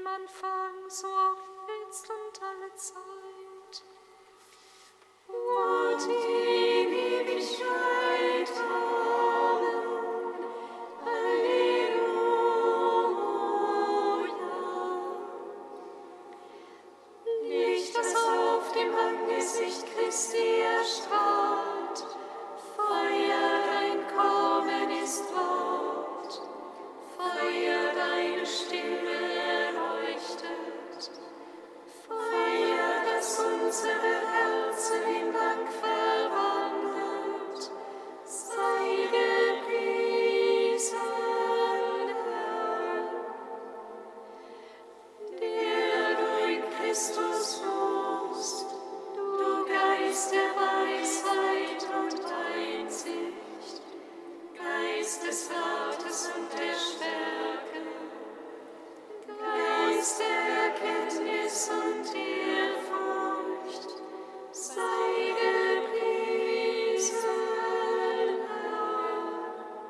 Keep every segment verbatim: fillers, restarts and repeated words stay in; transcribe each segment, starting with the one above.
Anfang, so auch jetzt und alle Zeit. Und in Ewigkeit. Amen. Halleluja. Licht, das auf dem Angesicht Christi erstrahlt, Feuer, dein Kommen ist Wort, Feuer, deine Stimme erleuchtet, Feuer, das unsere Herzen in Dank verwandelt, sei gepriesen, Herr, der du in Christus wohnst, du Geist der Weisheit und Einsicht, Geist des Rates und der Stärke, Geist der Erkenntnis und Ehrfurcht, sei gepriesen, Herr.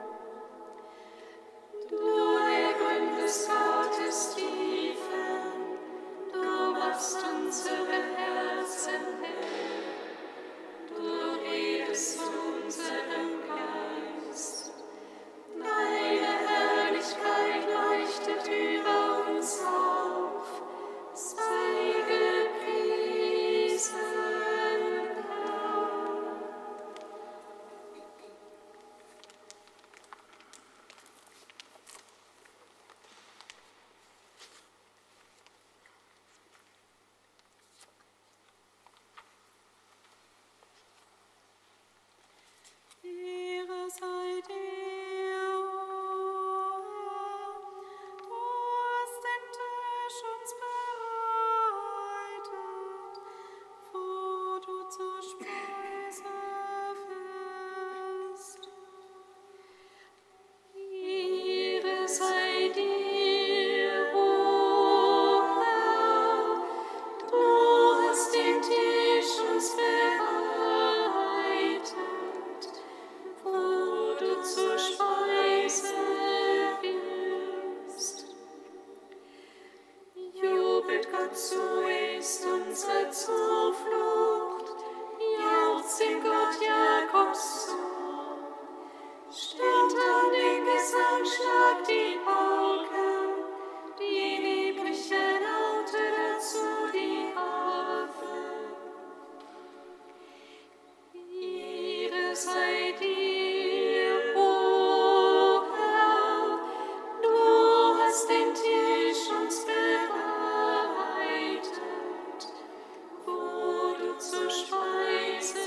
Du ergründest Gottes Tiefen, du machst unsere Herzen hell, du redest zu unserem Geist. Deine Herrlichkeit leuchtet über uns auf, sei gepriesen, Herr. Ehre sei dir, o Herr, du hast den Tisch uns bereitet, wo du zur Speise wirst. Ehre sei dir, o Herr, du hast den Tisch uns bereitet, wo du zur Speise wirst. Jubelt Gott zu, ist unsere Zuflucht, jauchzt dem Gott Jakobs zu. Stellt an den Gesang, schlagt die Pauke, die liebliche Laute dazu die Harfe. Ehre sei dir, o Herr, du hast den Tisch uns bereitet, wo du zur Speise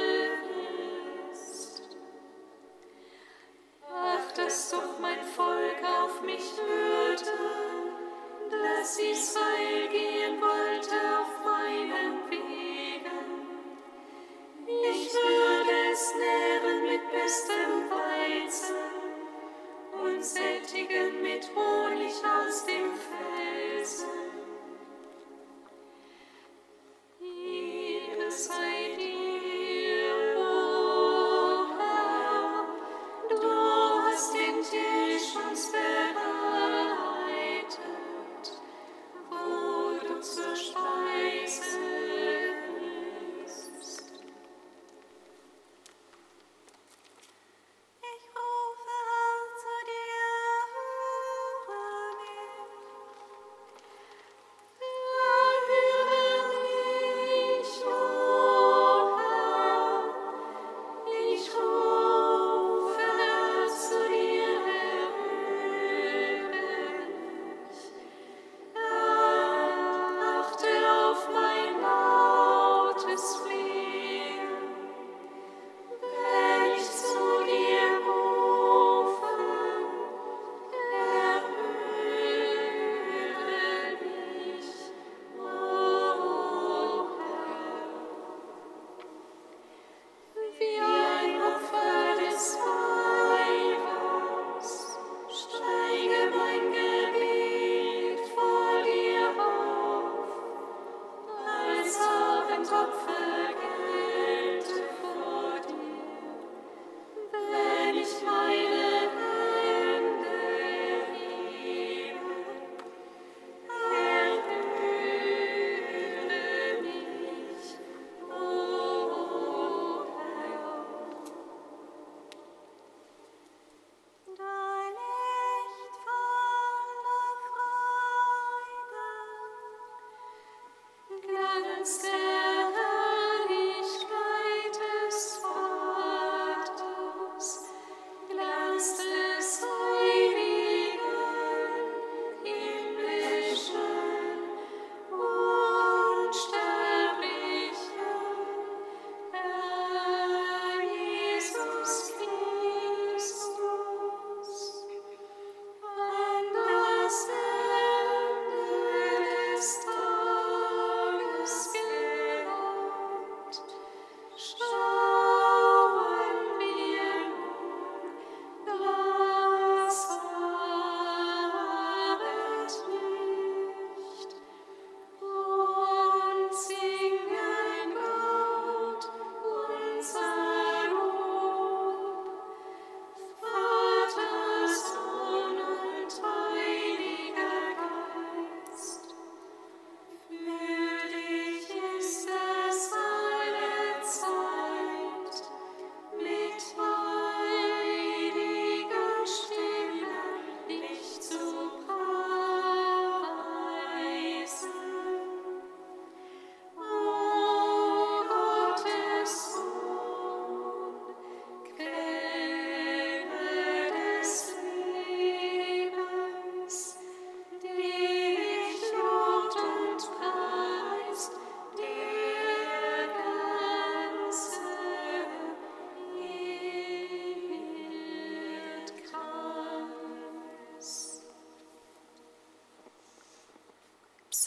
wirst. Ach, dass doch mein Volk auf mich hörte, dass Israel gehen wollte auf meinen Wegen. Ich würde es nähren mit bestem Weizen und sättigen mit Honig aus dem Felsen. Ehre sei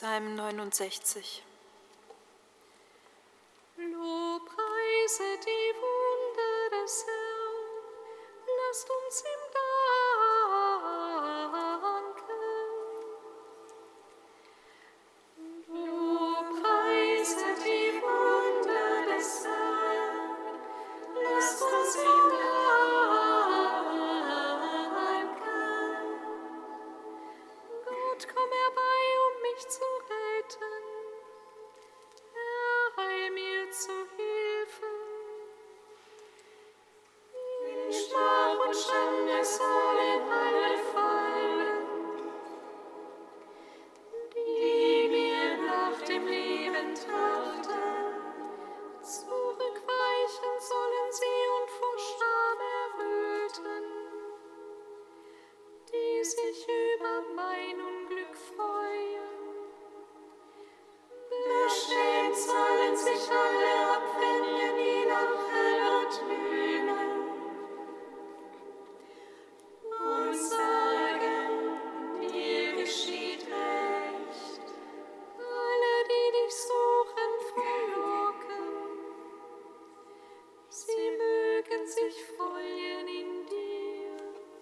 Psalm neunundsechzig. Lobpreise die Wunder des Herrn, lasst uns ihm danken. Lobpreise die Wunder des Herrn, lasst uns ihm danken. Gott, komm herbei, um mich zu retten. Heil mir zu Hilfe. In Schmach und Schande sollen alle fallen, die mir nach dem Leben trachten. Zurückweichen sollen sie und vor Scham erröten, die sich über mein Unglück freuen. Beschämt sollen sich alle abwenden, die lachen und lügen und sagen, dir geschieht recht. Alle, die dich suchen, frohlocken, sie mögen sich freuen in dir.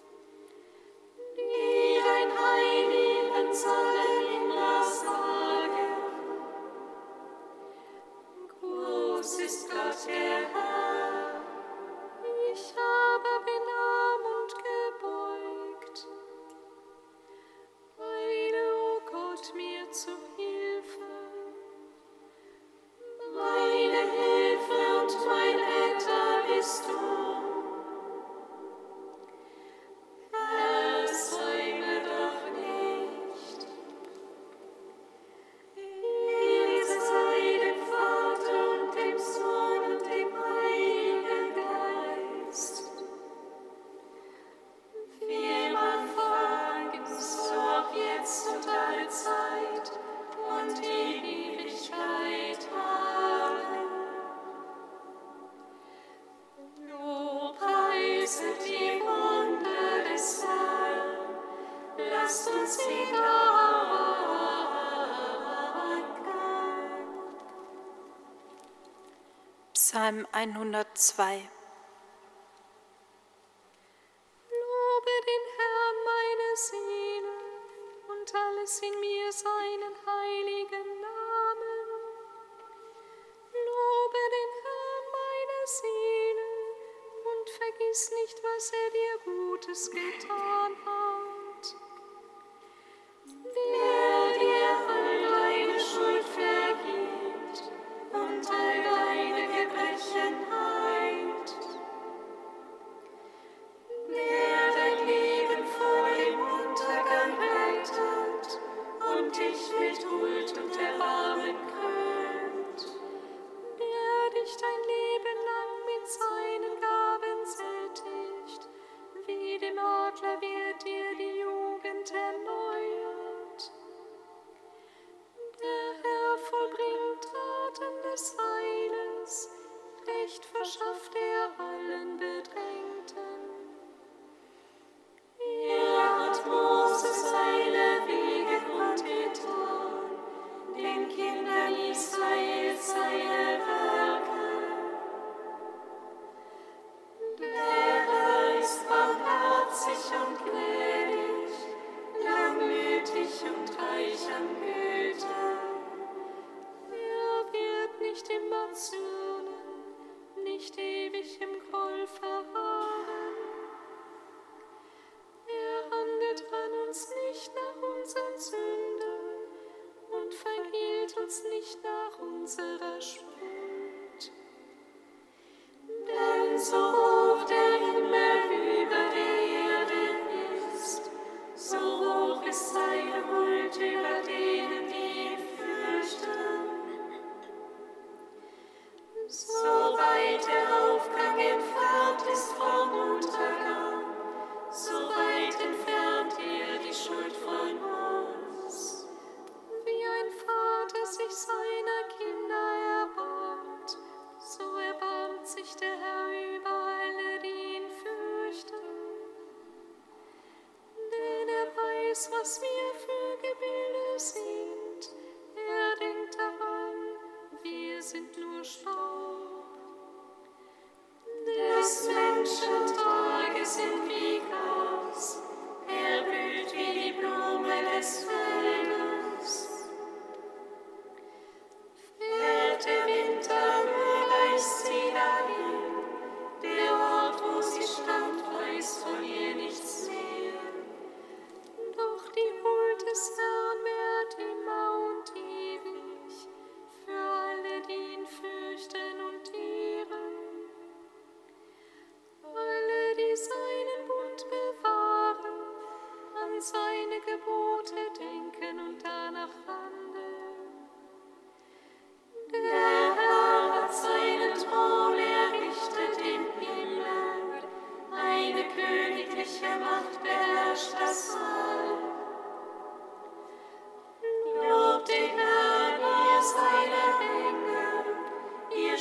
Die dein Heil lieben, sollen immer sagen, groß ist Gott der Herr. Ich aber bin arm und gebeugt. Eile, o Gott, mir zu Hilfe. Meine Hilfe und mein Retter bist du. Herr, säume doch nicht. Ehre sei dem Vater und dem Sohn und dem Heiligen Geist. Wie im Anfang, so auch jetzt und alle Zeit und die Ewigkeit. Amen. Lobpreiset die Wunder des Herrn, lasst uns sie danken. Psalm hundertzwei. Lobe den Herrn, meine Seele, und alles in mir seinen heiligen Namen. Lobe den Herrn, meine Seele, und vergiss nicht, was er dir Gutes getan hat. Der dir all deine Schuld vergibt und all deine Gebrechen heilt. Der dein Leben vor dem Untergang rettet und dich mit Huld und Erbarmen krönt. Der dich dein Leben lang mit seinen Gaben sättigt, wie dem Adler wird dir die Jugend erneuert. Der Herr vollbringt Taten des Heiles, Recht verschafft er allen Bedrängten. Er hat Mose seine Wege kundgetan, den Kindern Israels seine Werke. Der Herr ist barmherzig und gnädig, langmütig und reich an Güte. Er wird nicht immer zürnen, nicht ewig im Groll verharren. Er handelt an uns nicht nach unseren Sünden und vergilt uns nicht nach unserer Schuld. Denn so hoch der Himmel über der Erde ist, so hoch ist seine Huld über denen, die ihn fürchten. So weit der Aufgang entfernt ist vom Untergang, so weit entfernt er die Schuld von uns. Wie ein Vater sich seiner Kinder erbarmt, so erbarmt sich der Herr über alle, die ihn fürchten. Denn er weiß, was wir für Gebilde sind,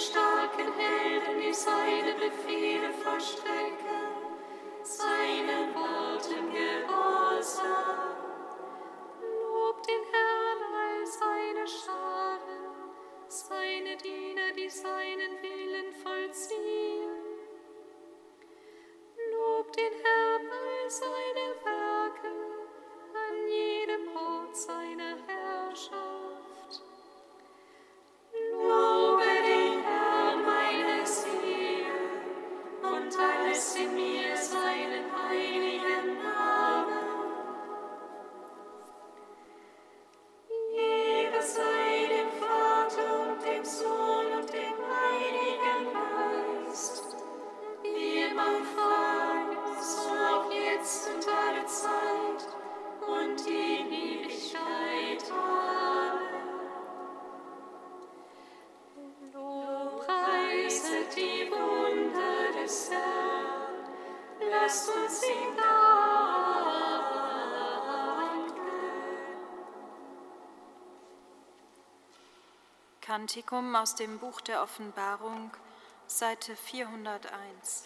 starken Helden, die seine Befehle vollstrecken, seinen Worten gehorsam. Lobt den Herrn all seine Scharen, seine Diener, die seinen Willen vollziehen. Lobt den Herrn all seine Werke, an jedem Ort seiner Herrschaft. Lobe den Herrn, meine Seele, und alles in mir seinen heiligen Namen. Ehre sei dem Vater und dem Sohn und dem Heiligen Geist, wie im Anfang, so auch jetzt und alle Zeit und in Ewigkeit. Amen. Lobpreiset die Wunder des Herrn, lasst uns ihm danken. Kantikum aus dem Buch der Offenbarung, Seite vierhunderteins.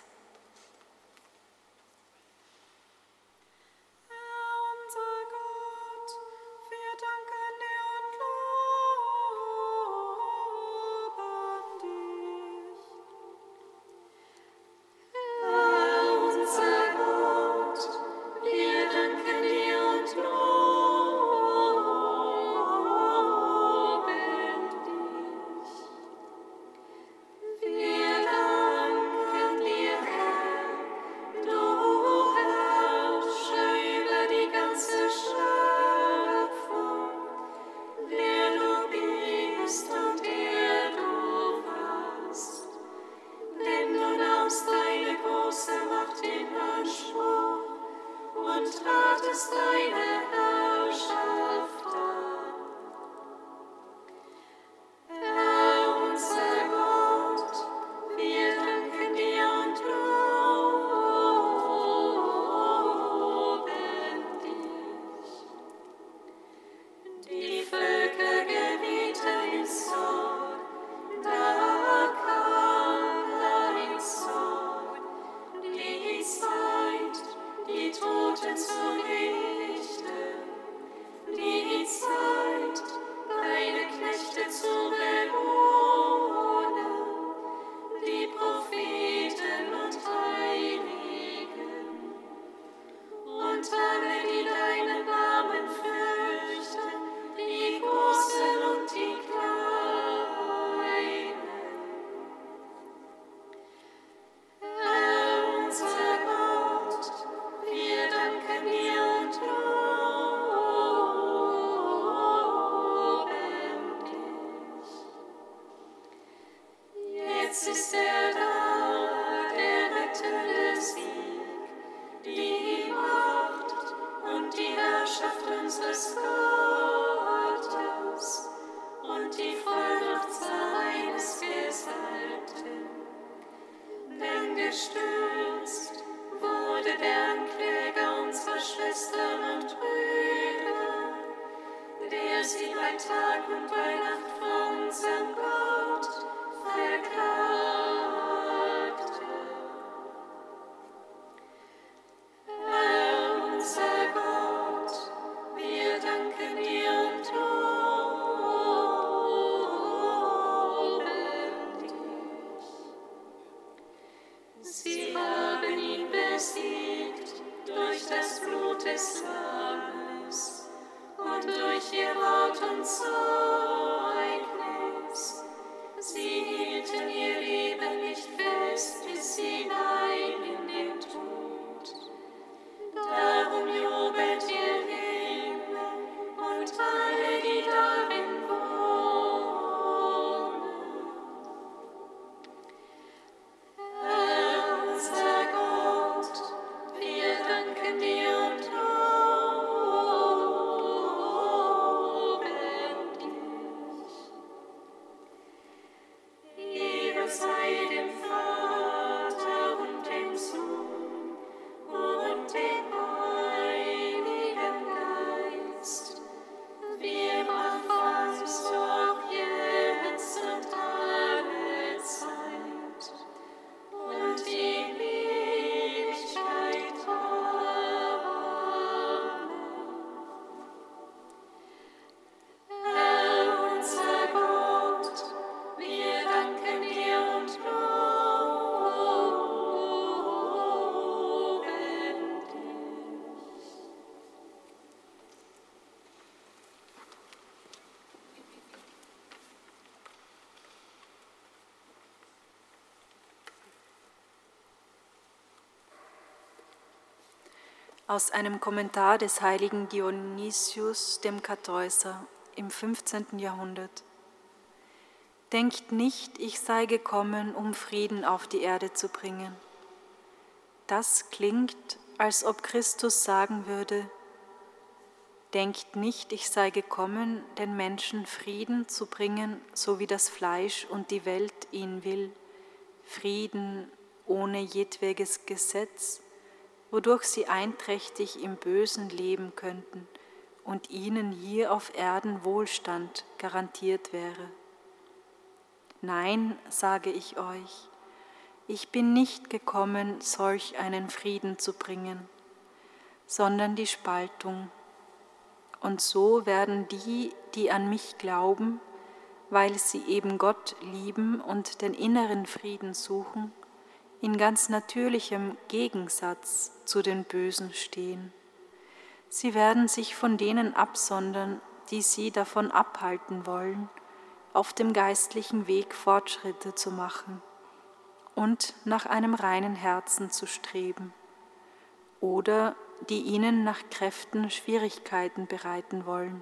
Aus einem Kommentar des heiligen Dionysius dem Kartäuser im fünfzehnten Jahrhundert. Denkt nicht, ich sei gekommen, um Frieden auf die Erde zu bringen. Das klingt, als ob Christus sagen würde: Denkt nicht, ich sei gekommen, den Menschen Frieden zu bringen, so wie das Fleisch und die Welt ihn will, Frieden ohne jedwedes Gesetz, wodurch sie einträchtig im Bösen leben könnten und ihnen hier auf Erden Wohlstand garantiert wäre. Nein, sage ich euch, ich bin nicht gekommen, solch einen Frieden zu bringen, sondern die Spaltung. Und so werden die, die an mich glauben, weil sie eben Gott lieben und den inneren Frieden suchen, in ganz natürlichem Gegensatz zu den Bösen stehen. Sie werden sich von denen absondern, die sie davon abhalten wollen, auf dem geistlichen Weg Fortschritte zu machen und nach einem reinen Herzen zu streben, oder die ihnen nach Kräften Schwierigkeiten bereiten wollen.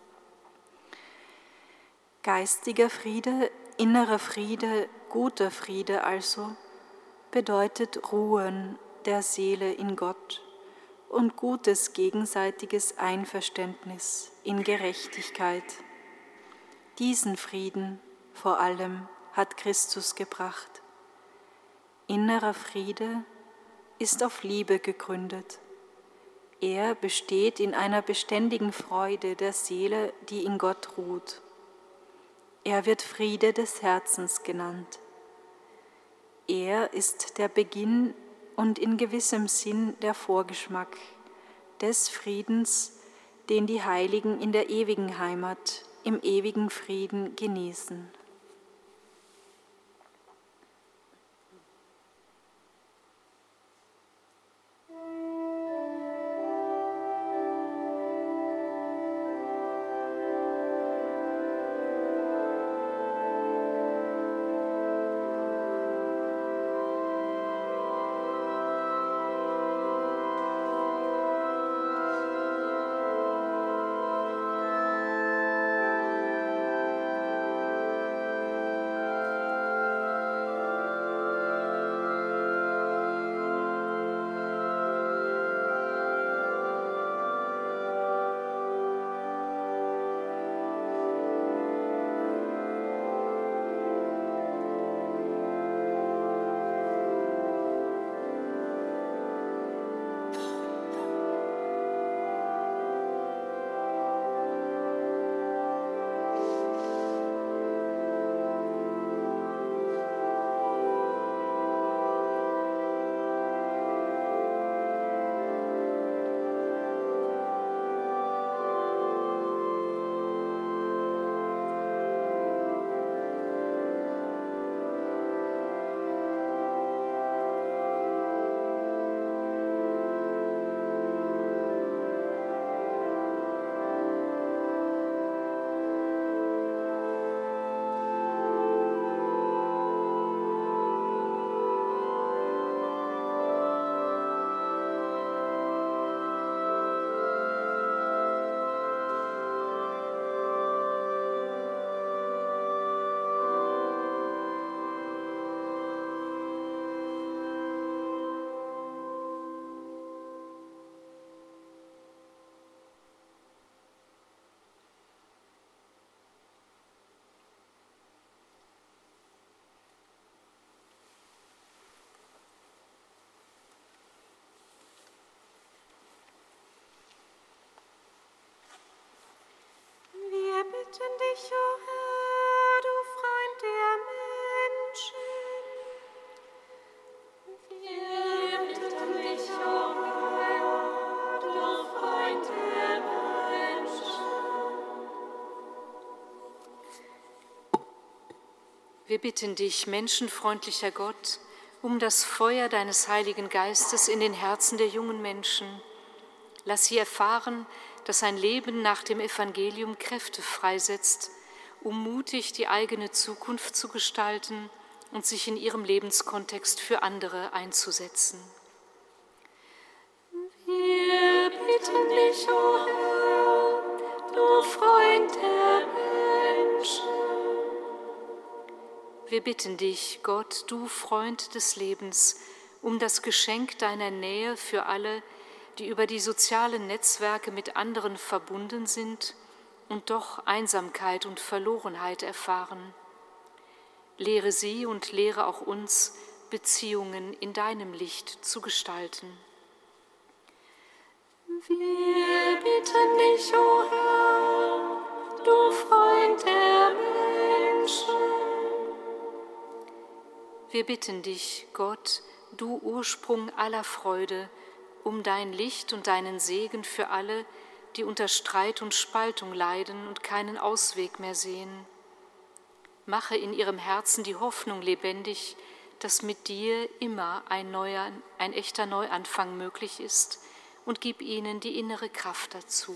Geistiger Friede, innerer Friede, guter Friede also, bedeutet Ruhen der Seele in Gott und gutes gegenseitiges Einverständnis in Gerechtigkeit. Diesen Frieden vor allem hat Christus gebracht. Innerer Friede ist auf Liebe gegründet. Er besteht in einer beständigen Freude der Seele, die in Gott ruht. Er wird Friede des Herzens genannt. Er ist der Beginn und in gewissem Sinn der Vorgeschmack des Friedens, den die Heiligen in der ewigen Heimat, im ewigen Frieden genießen. bitten dich, o Herr, du Freund der Menschen. Wir bitten dich, o Herr, du Freund der Menschen. Wir bitten dich, menschenfreundlicher Gott, um das Feuer deines Heiligen Geistes in den Herzen der jungen Menschen. Lass sie erfahren, dass ein Leben nach dem Evangelium Kräfte freisetzt, um mutig die eigene Zukunft zu gestalten und sich in ihrem Lebenskontext für andere einzusetzen. Wir bitten dich, o Herr, du Freund der Menschen. Wir bitten dich, Gott, du Freund des Lebens, um das Geschenk deiner Nähe für alle, die über die sozialen Netzwerke mit anderen verbunden sind und doch Einsamkeit und Verlorenheit erfahren. Lehre sie und lehre auch uns, Beziehungen in deinem Licht zu gestalten. Wir bitten dich, o Herr, du Freund der Menschen. Wir bitten dich, Gott, du Ursprung aller Freude, um dein Licht und deinen Segen für alle, die unter Streit und Spaltung leiden und keinen Ausweg mehr sehen. Mache in ihrem Herzen die Hoffnung lebendig, dass mit dir immer ein neuer, ein echter Neuanfang möglich ist, und gib ihnen die innere Kraft dazu.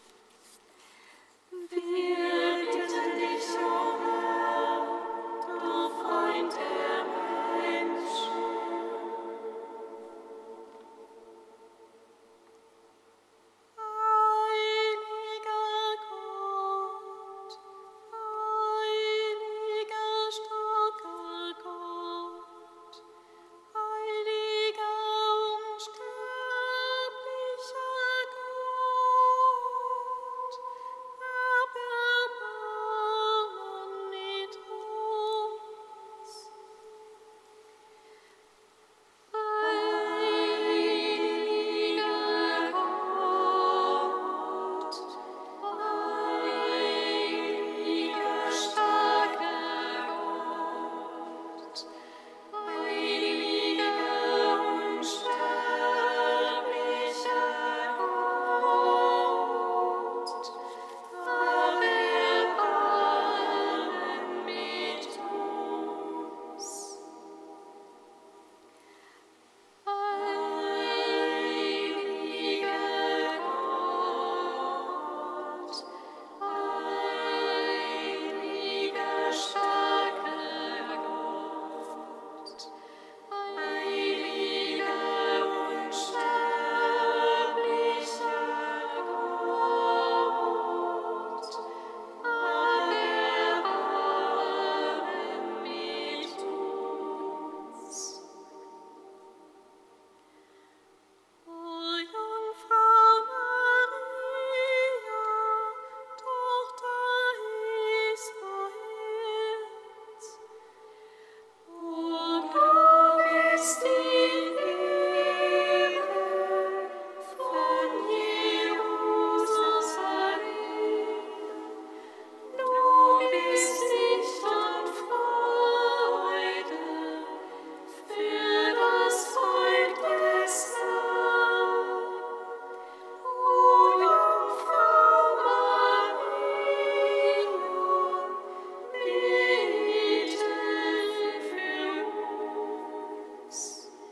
Wir bitten dich, o Herr, du Freund der Menschen. Heiliger Gott, heiliger starker Gott, heiliger unsterblicher Gott, hab Erbarmen mit uns. Heiliger Gott, heiliger starker Gott, heiliger unsterblicher Gott, hab Erbarmen mit uns. Heiliger Gott, heiliger starker Gott, heiliger unsterblicher Gott, hab Erbarmen mit uns. O Jungfrau Maria, Tochter Israels, o du bist die Ehre von Jerusalem, du bist Licht und Freude für das Volk des Herrn. O Jungfrau Maria, bitte für uns.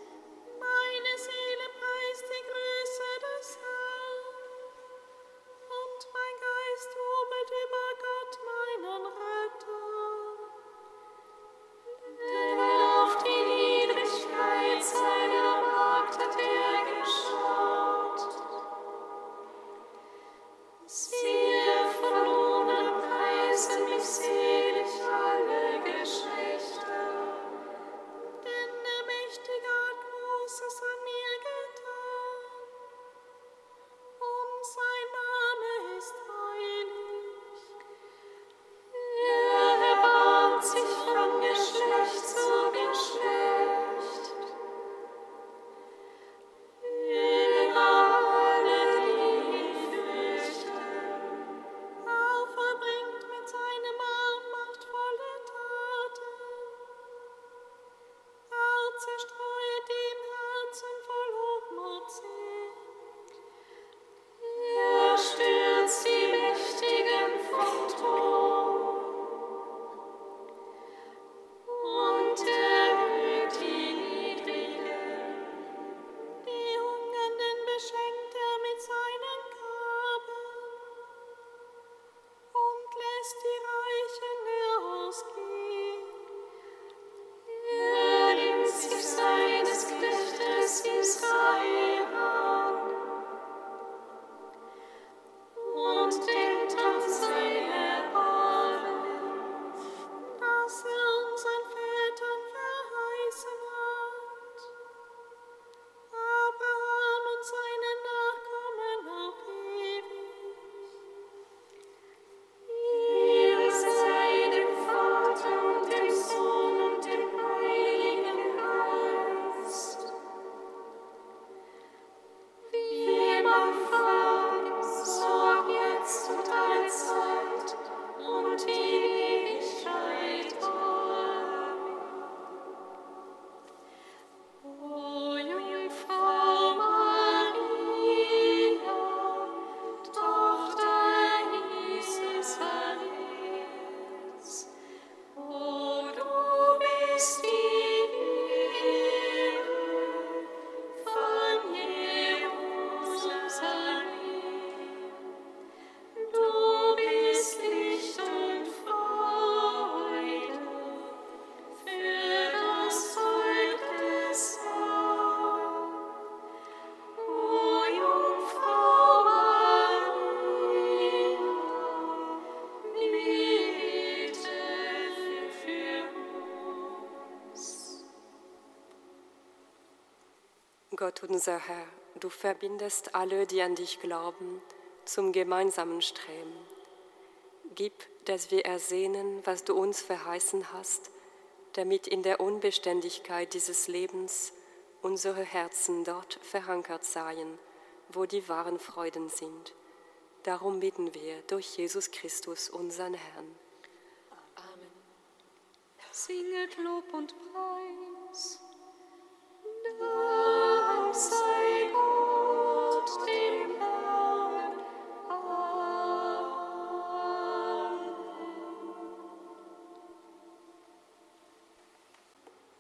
Gott unser Herr, du verbindest alle, die an dich glauben, zum gemeinsamen Streben. Gib, dass wir ersehnen, was du uns verheißen hast, damit in der Unbeständigkeit dieses Lebens unsere Herzen dort verankert seien, wo die wahren Freuden sind. Darum bitten wir durch Jesus Christus, unseren Herrn. Amen. Singet Lob und Preis.